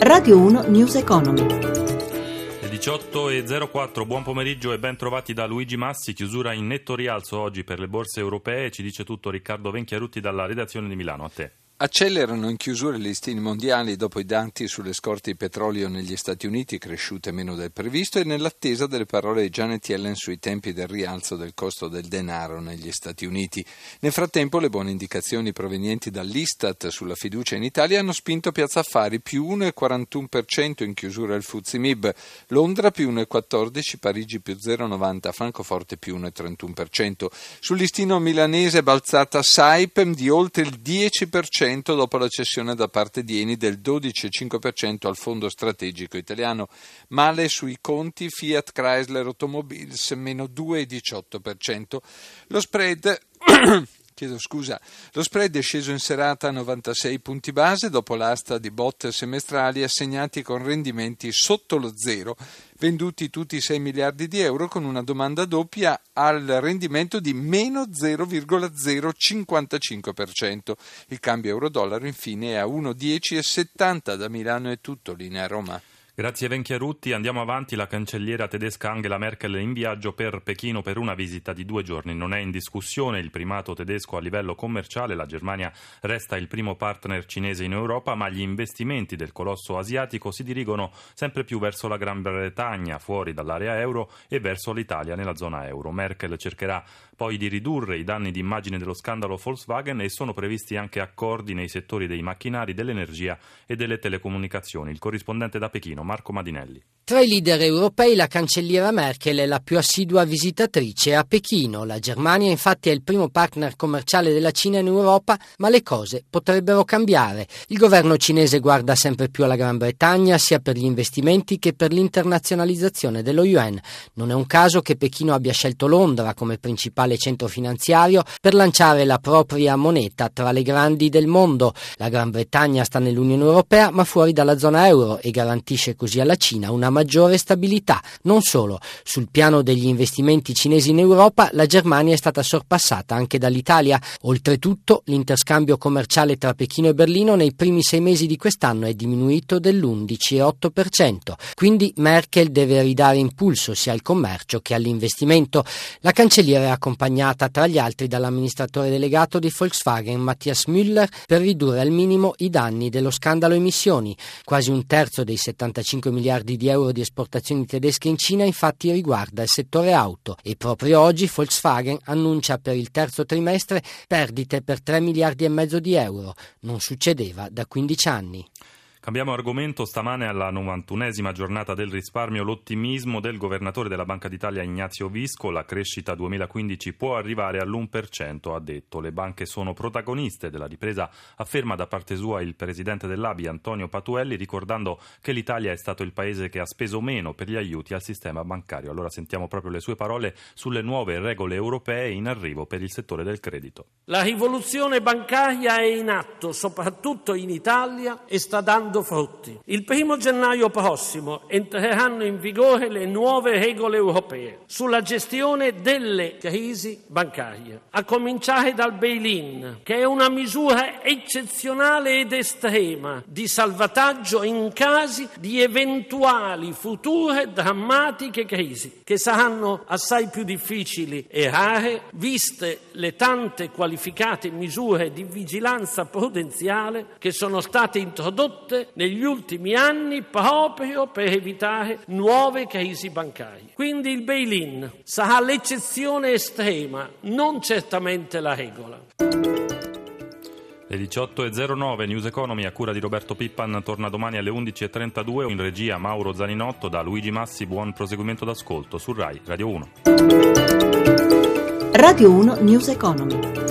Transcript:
Radio 1 News Economy. 18.04, buon pomeriggio e ben trovati da Luigi Massi. Chiusura in netto rialzo oggi per le borse europee. Ci dice tutto Riccardo Venchiarutti dalla redazione di Milano. A te. Accelerano in chiusura i listini mondiali dopo i dati sulle scorte di petrolio negli Stati Uniti, cresciute meno del previsto, e nell'attesa delle parole di Janet Yellen sui tempi del rialzo del costo del denaro negli Stati Uniti. Nel frattempo le buone indicazioni provenienti dall'Istat sulla fiducia in Italia hanno spinto Piazza Affari più 1,41% in chiusura il FTSE MIB, Londra più 1,14%, Parigi più 0,90%, Francoforte più 1,31%. Sul listino milanese è balzata Saipem di oltre il 10%, dopo la cessione da parte di Eni del 12,5% al fondo strategico italiano. Male sui conti Fiat Chrysler Automobiles meno 2,18%. Lo spread è sceso in serata a 96 punti base dopo l'asta di bot semestrali assegnati con rendimenti sotto lo zero, venduti tutti 6 miliardi di euro con una domanda doppia al rendimento di meno 0,055%. Il cambio euro-dollaro infine è a 1,1070. Da Milano è tutto, linea Roma. Grazie Venchiarutti. Andiamo avanti. La cancelliera tedesca Angela Merkel in viaggio per Pechino per una visita di 2 giorni. Non è in discussione il primato tedesco a livello commerciale. La Germania resta il primo partner cinese in Europa, ma gli investimenti del colosso asiatico si dirigono sempre più verso la Gran Bretagna, fuori dall'area euro, e verso l'Italia nella zona euro. Merkel cercherà poi di ridurre i danni di immagine dello scandalo Volkswagen e sono previsti anche accordi nei settori dei macchinari, dell'energia e delle telecomunicazioni. Il corrispondente da Pechino, Marco Madinelli. Tra i leader europei la cancelliera Merkel è la più assidua visitatrice a Pechino. La Germania infatti è il primo partner commerciale della Cina in Europa, ma le cose potrebbero cambiare. Il governo cinese guarda sempre più alla Gran Bretagna sia per gli investimenti che per l'internazionalizzazione dello yuan. Non è un caso che Pechino abbia scelto Londra come principale centro finanziario per lanciare la propria moneta tra le grandi del mondo. La Gran Bretagna sta nell'Unione Europea ma fuori dalla zona euro e garantisce così alla Cina una maggiore stabilità. Non solo, sul piano degli investimenti cinesi in Europa la Germania è stata sorpassata anche dall'Italia. Oltretutto l'interscambio commerciale tra Pechino e Berlino nei primi 6 mesi di quest'anno è diminuito dell'11,8%. Quindi Merkel deve ridare impulso sia al commercio che all'investimento. La cancelliera è accompagnata tra gli altri dall'amministratore delegato di Volkswagen Matthias Müller per ridurre al minimo i danni dello scandalo emissioni. Quasi un terzo dei 75 miliardi di euro di esportazioni tedesche in Cina infatti riguarda il settore auto e proprio oggi Volkswagen annuncia per il terzo trimestre perdite per 3 miliardi e mezzo di euro. Non succedeva da 15 anni. Cambiamo argomento. Stamane alla 91esima giornata del risparmio l'ottimismo del governatore della Banca d'Italia Ignazio Visco. La crescita 2015 può arrivare all'1%, ha detto. Le banche sono protagoniste della ripresa, afferma da parte sua il presidente dell'ABI Antonio Patuelli, ricordando che l'Italia è stato il paese che ha speso meno per gli aiuti al sistema bancario. Allora sentiamo proprio le sue parole sulle nuove regole europee in arrivo per il settore del credito. La rivoluzione bancaria è in atto, soprattutto in Italia, e sta dando frutti. Il 1° gennaio prossimo entreranno in vigore le nuove regole europee sulla gestione delle crisi bancarie, a cominciare dal bail-in, che è una misura eccezionale ed estrema di salvataggio in casi di eventuali future drammatiche crisi, che saranno assai più difficili e rare, viste le tante qualificate misure di vigilanza prudenziale che sono state introdotte negli ultimi anni proprio per evitare nuove crisi bancarie. Quindi il bail-in sarà l'eccezione estrema, non certamente la regola. Le 18.09, News Economy a cura di Roberto Pippan torna domani alle 11.32. In regia Mauro Zaninotto. Da Luigi Massi buon proseguimento d'ascolto su Rai Radio 1. Radio 1 News Economy.